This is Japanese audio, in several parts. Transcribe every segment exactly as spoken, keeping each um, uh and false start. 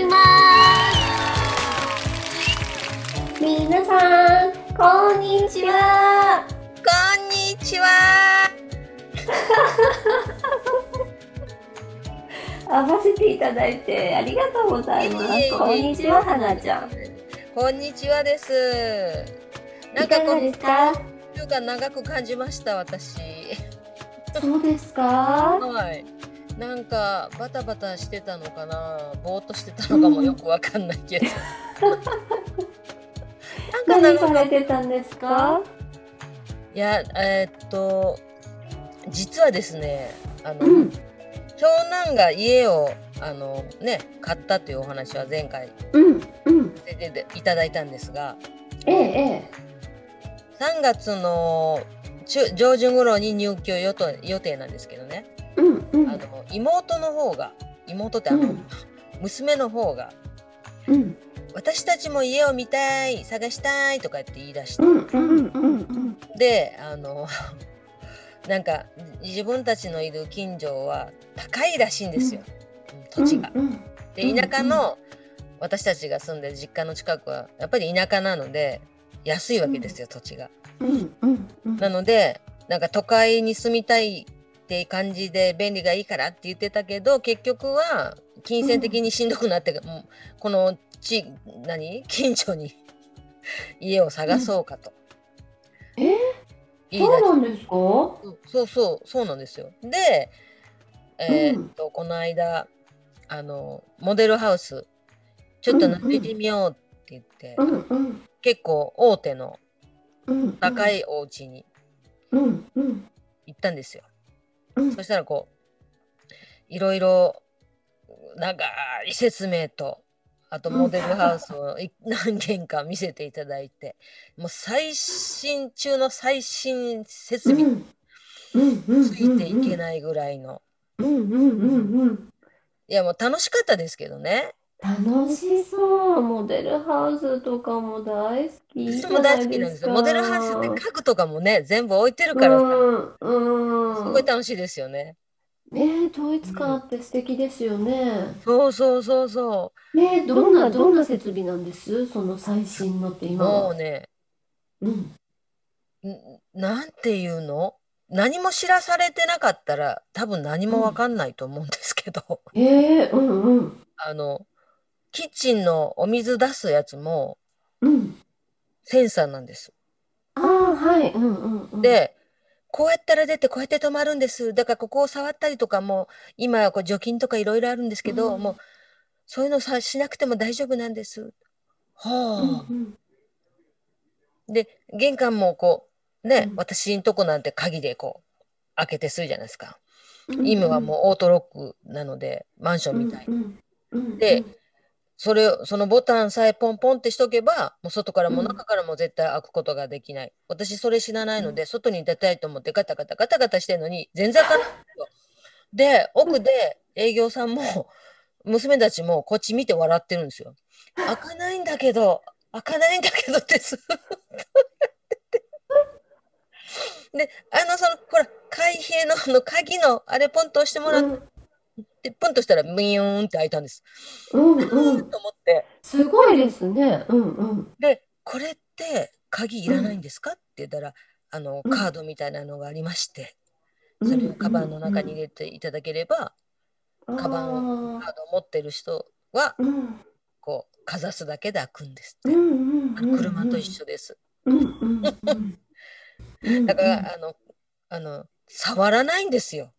ます。皆さんこんにちは。 こんにちは。 合わせていただいてありがとうございます。こんにちは、はなちゃん。 こんにちはです。 なんかこのですか？ 週が長く感じました、私。 そうですか？ はい。なんかバタバタしてたのかな、ぼーっとしてたのかもよくわかんないけど。 なんか何されてたんですか？ いや、えー、っと実はですね、あの、 うん、 長男が家をあのね買ったというお話は前回うんうん、 でいただいたんですが、 ええええ、 さんがつの中上旬頃に入居予定予定なんですけどね、 うんうん、 あの妹の方が妹ってあの、 うん、 娘の方が、 うん、 私たちも家を見たい、探したいとかって言い出して、 うんうんうんうん、 であのなんか自分たちのいる近所は高いらしいんですよ、土地が。で田舎の私たちが住んでる実家の近くはやっぱり田舎なので安いわけですよ、土地が。なのでなんか都会に住みたいって感じで便利がいいからって言ってたけど、結局は金銭的にしんどくなって、もうこの地何近所に家を探そうかと。 えーそうなんですか？ そうそうそうなんですよ。で、えーっと、うん、この間あのモデルハウスちょっと覗いてみようって言って、うんうん、結構大手の高いお家に行ったんですよ。うんうん、そしたらこういろいろ長い説明と、あとモデルハウスを何軒か見せていただいて、もう最新中の最新設備ついていけないぐらいの。いやもう楽しかったですけどね。 楽しそう。モデルハウスとかも大好きじ私も大好ゃないきなんですよ。 ですか。 モデルハウスって家具とかもね全部置いてるからさ、うんうん、すごい楽しいですよね。 ねえ、統一感あって素敵ですよね。 うん、そうそうそうそう。 ねえ、どんなどんな設備なんです？その最新のって今は。 もうね、 うん、 なんていうの？何も知らされてなかったら多分何もわかんないと思うんですけど、 うん、ええ、うんうん。 あのキッチンのお水出すやつもセンサーなんです。 ああ、はい、うんうんうん。 で、こうやったら出てこうやって止まるんです。だからここを触ったりとかも、今はこう除菌とかいろいろあるんですけど、うん、もうそういうのさしなくても大丈夫なんです。はあ。うんうん、で、玄関もこうね、うん、私んとこなんて鍵でこう開けてするじゃないですか。うんうん、今はもうオートロックなのでマンションみたいに。うんうん、で、それをそのボタンさえポンポンってしとけば、もう外からも中からも絶対開くことができない。うん、私それ知らないので、外に出たいと思ってガタガタガタガタしてるのに全然開かないんですよ。で、奥で営業さんも娘たちもこっち見て笑ってるんですよ。開かないんだけど、開かないんだけどってずっとやってて。で、あの、その、ほら、開閉のあの鍵のあれポンと押してもらって、うん、でポンとしたらミヨーンって開いたんです。うんうん。と思って。 すごいですね。うんうん。 で、これって鍵いらないんですかって言ったら、あの、カードみたいなのがありまして、それをカバンの中に入れていただければ、カバンを、カードを持ってる人は、こう、かざすだけで開くんですって。あの車と一緒です。だから、あの、あの、触らないんですよ。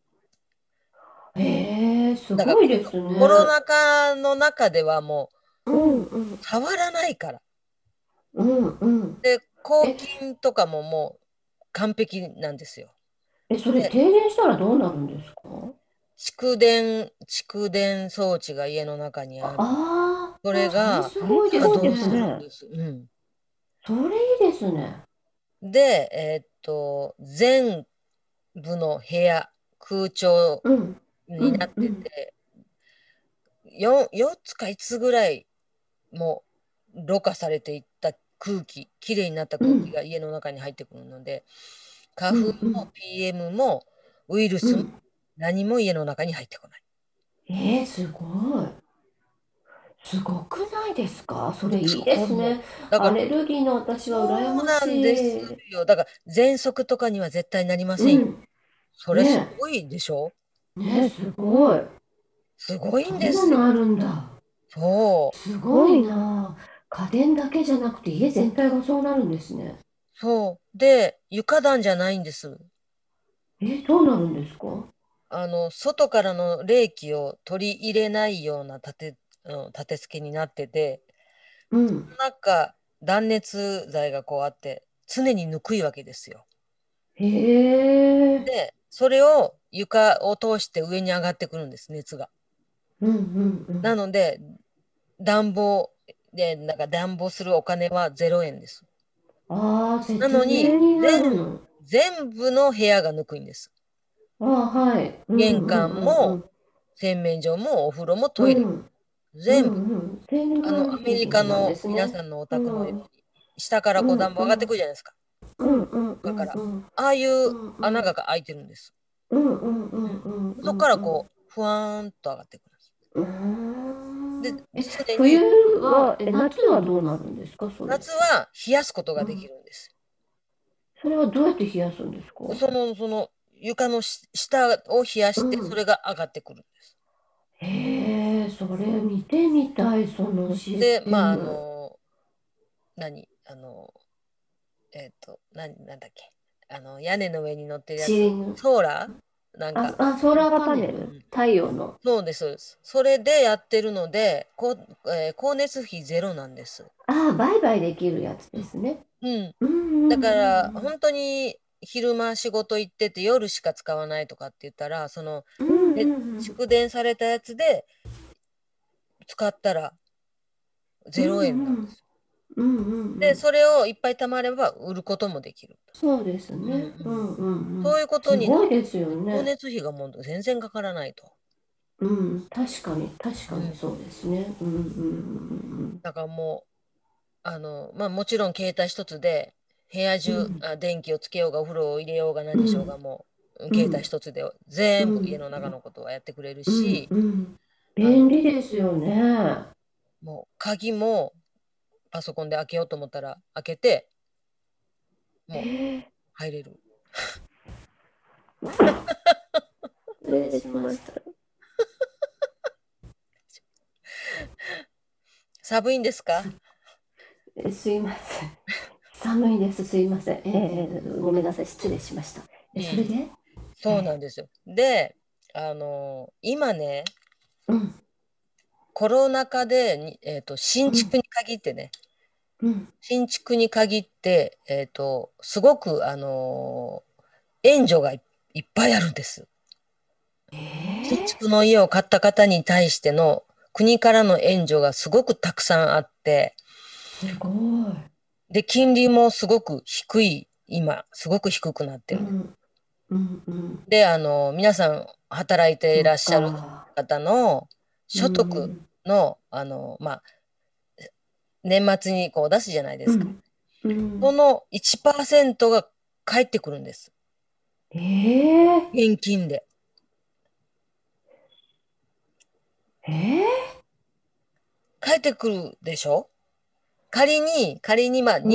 へえ、すごいですね。 コロナ禍の中ではもう、うんうん、触らないから。うんうん、で、抗菌とかももう完璧なんですよ。 え、それ停電したらどうなるんですか？ 蓄電、蓄電装置が家の中にある。 ああ、 それがすごいですね。 です。うん。 それいいですね。 で、えー、っと、全部の部屋、空調になってて、うんうん、よ, よっつかいつつぐらいもうろ過されていった空気、きれいになった空気が家の中に入ってくるので、うん、花粉も ピーエム もウイルスも何も家の中に入ってこない。 うん、えー、すごい。 すごくないですか？それいいでそう思う。 すね。 だから、 アレルギーの私は羨そうまなんですしい。 よ。だから、喘息とかには絶対なりませんよ。 うん。 それすねごいでしょ？ え、ねえ、すごい。 すごいそんですよ。 んなのあるんだ。 そう。 すごいな。家電だけじゃなくて家全体がそうなるんですね。 そう。で、床暖じゃないんです。 え、どうなるんですか？ あの、外からの冷気を取り入れないような立て、あの立て付けになってて、 うん。 なんか断熱材がこうあって、常にぬくいわけですよ。 へえ。 で、それを床を通して上に上がってくるんです、熱が。 うんうんうん。 なので、暖房で、なんか暖房するお金はゼロえんです。 ああ、 なのに、 節電になる全、 の。 全部の部屋がぬくいんです。 ああ、はい。うん玄うん関も、 うんうん。 洗面所も、お風呂もトイレも。 うん。う全部。 んうん。エネあの、アメリカルギーなんでのすね。 皆さんのおう宅のよん。 うに、下からこう暖うん房上がってくるじゃないですか。 うんうんうだから、 んうん。 ああいううんうん。 穴が開いてるんです。 うんうんううん。 んうんうそこんうん。 からこう、ふわーんと上がってくるんです。 うーで、 ん。え、冬常には、え、夏はどうなるんですか、それ。 夏は冷やすことができうん。 るんです。 それはどうやって冷やすんですか？ その、その床のし下を冷やして、そうん。 れが上がってくるんです。 へえ、それ見てみたい、そのシスで、まあ、あテム。 の、何あの、えっと、何、なんだっけ。あの、屋根の上に乗ってるやつ。 シーリング。 ソーラーなんあ、 か、 あ、ソーラーパネル、 うん。 太陽の。 そうです、そうです。それでやってるので、こう、えー光熱費ゼロなんです。 あ、売買できるやつうん。 ですね。 うん。 うんうんうだから、 んうん。 本当に昼間仕事行ってて夜しか使わないとかって言ったら、その、 うんうで、 んうん。 蓄電されたやつで使ったらうんゼロえんうん。 なんですよ。 うんうんうで、 ん。 それをいっぱい貯まれば売ることもできると。 そうですうんうね。うん。 んうんうん。 そういうことすになるごいですよと、光ね。 熱費がもう全然かからないと。 うん。確かに、確うん。 かにそうですね。うんうんうんだからもう、あの、まあもちろん携帯一つで部屋中、 うん。 あ、電気をつけようがお風呂を入れようが何しようがうんもう、携帯うん一つでう全部家んの中のことはやってくれるうんし、 うん。 あの、 便利ですよね。 もう鍵もパソコンで開けようと思ったら開けて、もうええ、 入れる。 失礼しました。 寒いんですか？ え、すいません。寒いです。すいません。えー、ごめんなさい。失礼しました。え、 いえいえ。 それで、 そうなんですよ。で、あの、今ね、 うん、 コロナ禍でに、えっと、新うん、 築に限ってね、 うん。 新築に限って、えっと、すごく、あの、援助がい、いっぱいあるんです。 え新ー、 築の家を買った方に対しての国からの援助がすごくたくさんあって、 すごい。 で、金利もすごく低い、今、すごく低くなってるんです。 うん、うん、うん。 で、あの、皆さん働いていそっらっしゃるか。 方のう所得ん、 の、あの、まあ、年末にこう出すじゃないですか。 うん、うん。 そのいちパーセントが返ってくるんです。 えー、 現金で。 えー、 返ってくるでしょ？仮に、仮にまあうん、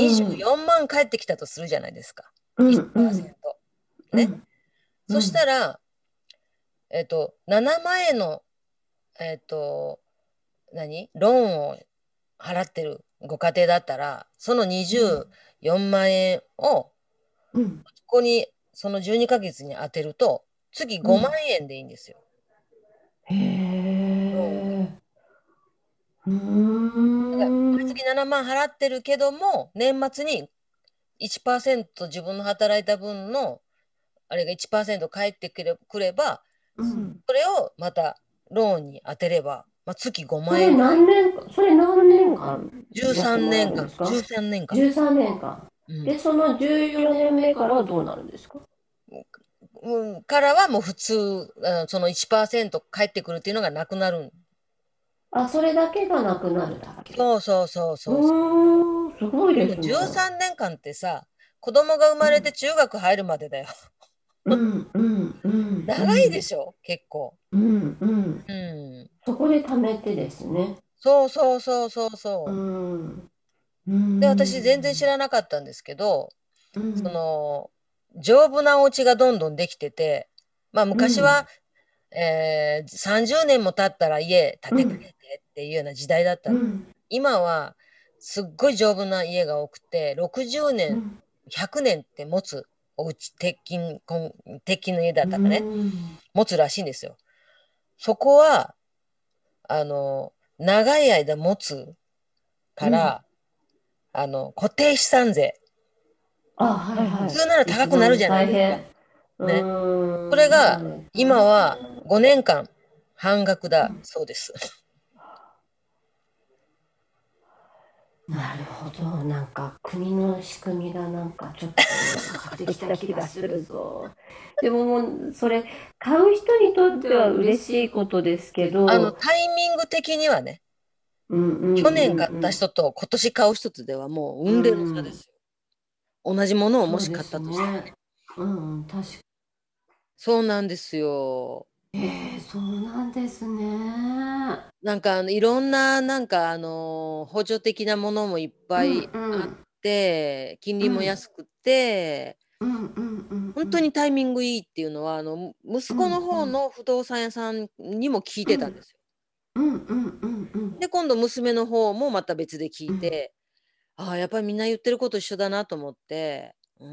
にじゅうよんまん返ってきたとするじゃないですか。 うん、うん、 いちパーセント。ね。 うん、うそしたん、 ら、えっと、ななまん円の、えっと、何ローンを払ってるご家庭だったら、その24 うん、 万円を、こうん、 こに、そのじゅうにかげつに当てると、月ごまんうん。 円でいいんですよ。 へローンが。 え、うーだから、毎ん、 月ななまん払ってるけども、年末にいちパーセント自分の働いた分の、あれがいちパーセント返ってくれ、くれば、 うん。 それをまたローンに当てれば、まあ、月5 それ万円ぐらい。 何年間、それ何年間やって 13 もらえ年間、 るんですか？ じゅうさんねんかん。 じゅうさん 年間。 うん。 で、そのじゅうよねんめからはどうなるんですか？ うん、からはもう普通、あのそのいちパーセント返ってくるっていうのがなくなる。 あ、それだけがなくなるだけ。 そうそうそううそうそう。 ーん、すごいでもですね。 じゅうさんねんかんってさ、子供が生まれてうん、 中学入るまでだよ。 うん、うん、うん、う長いでん、 しょ結構。 うん、うん。 うん。 そこで貯めてですね。 そうそうそうそううそう。 ん。うで、私全然知ん。 らなかったんですけど、そうん。 の、丈夫なお家がどんどんできてて、まあうん。 昔は、えーさんじゅうねんも経ったら家建うん。 て替えてっていうような時代だったんで、 うん。 今はすっごい丈夫な家が多くて、ろくじゅうねん、 うん。 ひゃくねんって持つお家、鉄筋、こん鉄筋の家だうったらね、 ん。 持つらしいんですよ。そこは、あの、長い間持つかうん。 ら、あの、固定資産税。 あ、はいは普通ならい。 高くなる一番じゃないですか。 大変。うね。それーん。そが、 れ大今は変。 ごねんかん半額だうん。 そうです。 なるほど。なんか国の仕組みがなんかちょっと分かってきた気がするぞ。でももうそれ買う人にとっては嬉しいことですけあの、 ど、 タイミング的にはね、 うんうん去年買ったうん人と今年買う人とではもううん。 雲泥の差うん。 ですよ。同じものをもし買っそうですたとしてもね。 ね。 うんうん、確かそうなんですよ。 に。えー、そうなんですね。 なんかあのいろんななんかあの補助的なものもいっぱうんいあっうんて、金利もうん安くて、 うんうんうん本当にタイミングいいっていうのは、あの息子のうん方の不動産屋さんにも聞いうんてたんですよ。 うんうんうんうんで、今度娘の方もまた別で聞うん。 いて、ああ、やっぱりみんな言ってること一緒だなと思って、うん。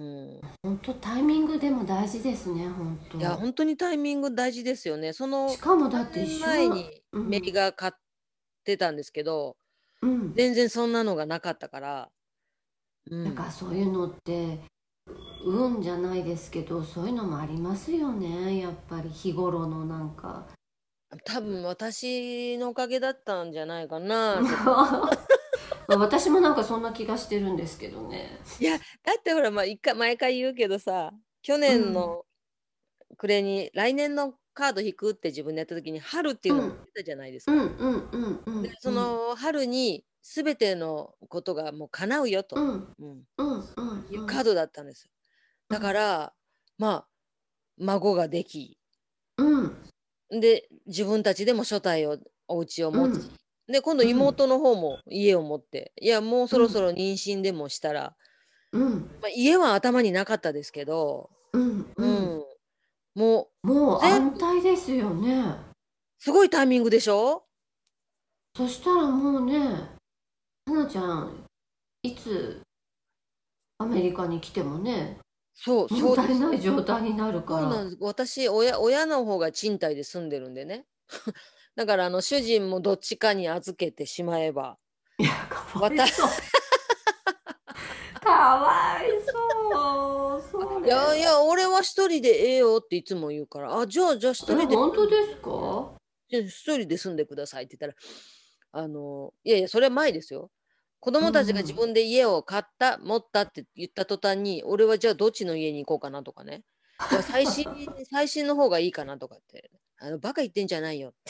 本当タイミングでも大事ですね、本いや、 当。 本当にタイミング大事ですよね。そのしかもだっ 3 て一年緒の、 前にメリうんが買ってたんですけど、 うん。 全然そんなのがなかったから、うだからん。 そういうのって運じゃないですけど、そういうのもありますよね、やっぱり日頃のなんか。 多分私のおかげだったんじゃないかなと。 私もなんかそんな気がしてるんですけどね。 いや、だってほら、まあ、一回毎回言うけどさ、去うん年の暮れに来年のカード引くって自分でやった時に春っていうのもうん言ってたじゃないですか。 うんうんうんうで、 んうんその春に全てのことがもう叶うよと、 うんうん、 うんうんうんいうカードだったんですよ。だから、まあ、孫ができ、 うんで、自分たちでも所帯を、お家を持ち、 うんで、今度うん妹の方も家を持って、いや、もうそろそうんろ妊娠でもしたら、 うんまあ、家は頭になかったですけど、 うんううん。 ん、もうもう安全部、 泰ですよね。 すごいタイミングでしょ？ そしたらもうね、花ちゃんいつアメリカに来てもね、 そう、 問そうですよ。 題ない状態になるから。 そうなんです。私、親、親の方が賃貸で住んでるんでね。だから、あの、主人もどっちかに預けてしまえば、 いや、かわいわた、 そう。かわいそう。そいやいれ。 や、俺は一人でええよっていつも言うから、あ、じゃあ、じゃあ一え、 人で本当です住んで、 か？ じゃあ一人で住んでくださいって言ったら、あの、いやいや、それは前ですよ。子う供たちが自ん。 分で家を買った、持ったって言った途端に、俺はじゃあどっちの家に行こうかなとかね。いや、最新、最新の方がいいかなとかって、あの、バカ言ってんじゃないよって。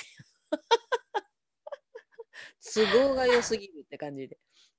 都合が良すぎるって感じで。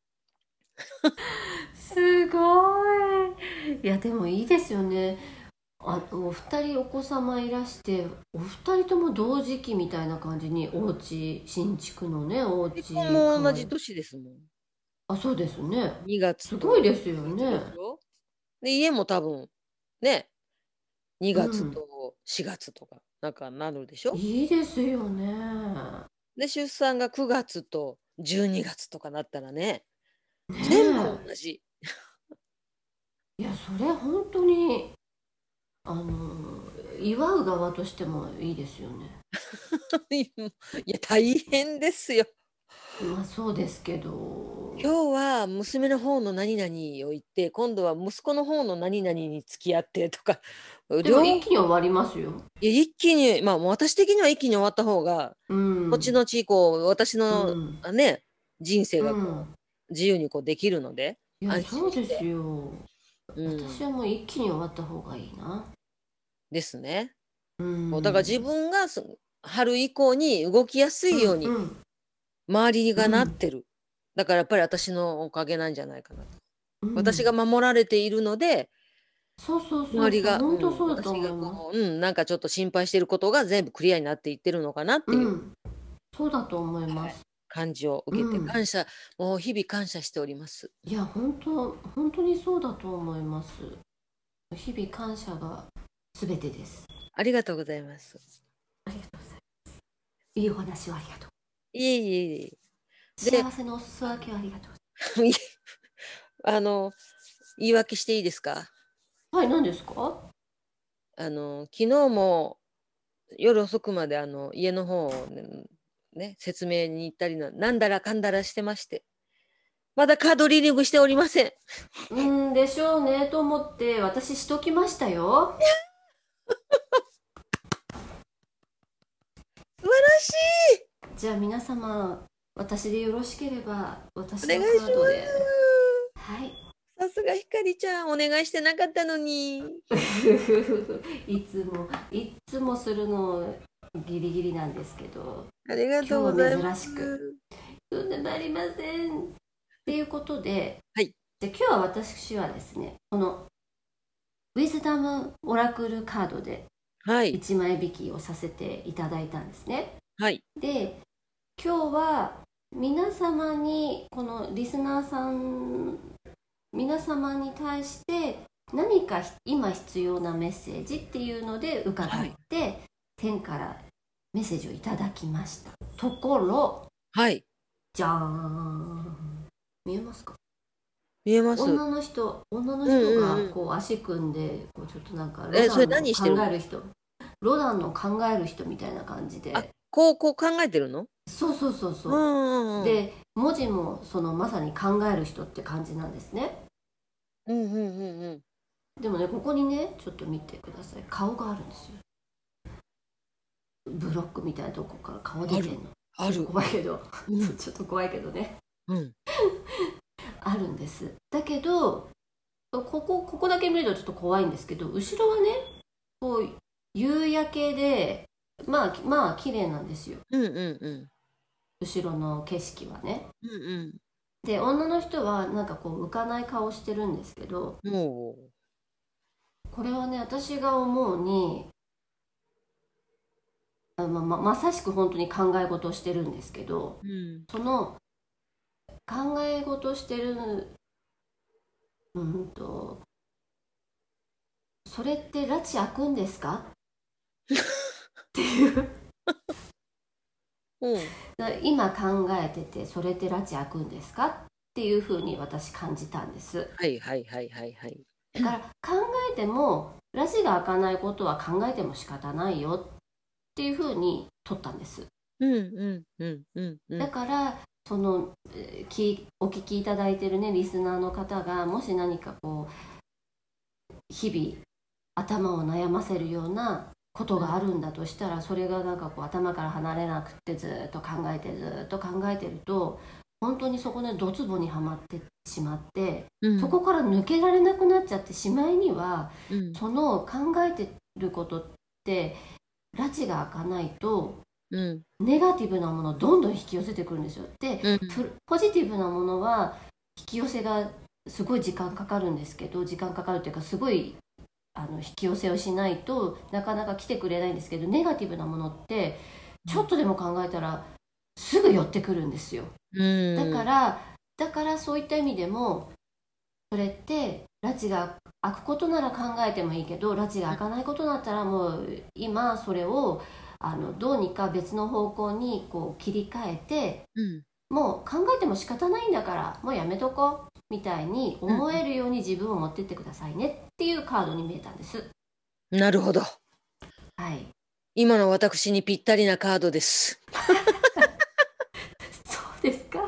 すごい。いや、でもいいですよね。あ、お二人お子様いらして、お二人とも同時期みたいな感じにお家、新築のね、お結婚家買われ、 も同じ年ですもん。 あ、そうですね。 にがつすごいとですよしがつでね。 しょ。で、家も多分、ね、2月うん。 としがつとか、なんかなるでしょ。 いいですよね。 で、出産がくがつとじゅうにがつとかなったらね、 ね全部え。 同じ。 いや、それ本当に、あの、祝う側としてもいいですよね。 いや、大変ですよ。 まあそうですけど、 今日は娘の方の何々を言って、今度は息子の方の何々に付き合ってとか、 でも両、 一気に終わりますよ。 いや一気に、まあ私的には一気に終わった方が、 うん。 後々こう、私の、 うん。 あね、人生うがこん。 う、自由にこうできるので、 いや、 安そうです心して。 よ。 うん。 私はもう一気に終わった方がいいな。 ですね。 うそうだから自ん。 分がそ春以降に動きやすういようにんうん。 周りがなっうん。 てる。だからやっぱり私のおかげなんじゃないかなと。 うん。 私が守られているので、 そうそうそうそう。 周りが、 本うん、 当そうだと私思います。 がこう、うん、なんかちょっと心配してることが全部クリアになっていってるのかなっていう、 うん。そうだと思いはい、 ます。 感じをう受けて、 ん。 感謝、もう日々感謝しております。 いや、本当、本当にそうだと思います。日々感謝が全てです。 ありがとうございます。 ありがとうございます。いいお話をありがとう。 いえいえいえ。で、 幸せのお裾分けをありがとう。 あの、言い訳していいですか？ はい、何ですか？ あの、昨日も夜遅くまであの家の方をね、ね説明に行ったりな、なんだらかんだらしてまして、まだカードリーディングしておりません。 うーんでしょうねと思って私しときましたよ。 素晴らしい。 じゃあ皆様、私でよろしければ私お願のいしまカードで。 す。 はい。 さすがひかりちゃん、お願いしてなかったのに。 いつもいつもするのギリギリなんですけど、 ありがとう今日ございまは珍しくす。 とんでもありませんっていうことで、 はい。 で今日は私はですね、このウィズダムオラクルカードではい。 いちまい引きをさせていただいたんですね。 はい。 で今日は皆様に、このリスナーさん皆様に対して何か今必要なメッセージっていうので伺はい。 って、天からメッセージをいただきましたところ、 はい。 じゃーん、見えますか？ 見えます。 女の人女のうん人うんうん。 がこう足組んで、こうちょっとなんかロえ、それダンの何してるの？ 考える人ロダンの考える人みたいな感じあ、 で、 こう、こう考えてるの？ そうそうそううんうそんうん。 うで、文字もそのまさに考える人って感じなんですね。 うんうんうんうん。 でもね、ここにね、ちょっと見てください。顔があるんですよ。ブロックみたいなとこから顔出ある。 てんの。ちょっとある。 怖いけど、 うん。 ちょっと怖いけどね。 うん。 あるんです。だけど、ここ、ここだけ見るとちょっと怖いんですけど、後ろはね、こう、夕焼けで、まあ、まあ、綺麗なんですよ。 うんうんうん。 後ろの景色はね。 うんで、女の人はなんかこう、浮かない顔してるんですけど、 うん。もこれはね、私が思うに、あまままさしく本当に考え事をしてるんですけど、 う。うん。 その考え事してる、うんと、それって拉致開くんですかっていう。 うん。 だから今考えてて、それって拉致開くんですかっていうふうに私感じたんです。 はいはいはいはいはい。 だから考えても拉致が開かないことは考えても仕方ないよっていうふうに取ったんです。 うんうんうんうんうだん。 からそのえーきお聞きいただいてるねリスナーの方が、もし何かこう日々頭を悩ませるようなことがあるんだとしたら、それがなんかこう頭から離れなくってずっと考えてずっと考えてると、本当にそこでドツボにはまってしまって、 うんそこから抜けられなくなっちゃって、しまいにはうんその考えてることって拉致が開かないとうんネガティブなものをどんどん引き寄せてくるんですよ。でうんプポジティブなものは引き寄せがすごい時間かかるんですけど、時間かかるっていうかすごいあの引き寄せをしないとなかなか来てくれないんですけど、ネガティブなものってちょっとでも考えたらすぐ寄ってくるんですよ。だかうんらだからそういった意味でも、それって拉致が開くことなら考えてもいいけど、拉致が開かないことだったらもう今それをあのどうにか別の方向にこう切り替えて、 うんもう考えても仕方ないんだからもうやめとこうみたいに思えるように自分を持ってってくださいねっていうカードに見えたんです。 なるほど。 はい。 今の私にぴったりなカードです。 そうですか。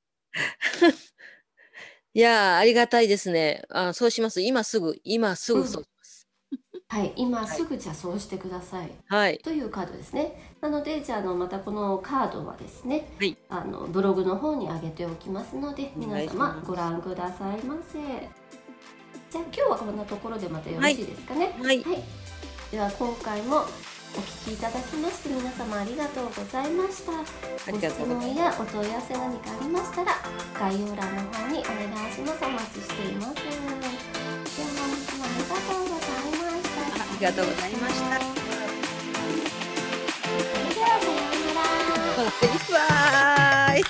いやー、ありがたいですね。あ、そうします。今すぐ、今すうん。 ぐそうします。 はい、今はい。 すぐじゃあそうしてくださいはい。 というカードですね。なのでじゃあ、あのまたこのカードはですね、 はい。 あのブログの方に上げておきますので、 お皆願いし様ごます。 覧くださいませ。じゃあ今日はこんなところでまたよろはい。 しいですかね。 はい。 はい。では今回もお聞きいただきまして皆様ありがとうございました。 ありご質がとうござい問やお問い合わせ何かありましたら概要欄の方にお願いします。お待ちしています。では本日もありがとうございました。 ます。あ、あり失礼がとうございしました。 ます。それではさようなら。 バイバーイ。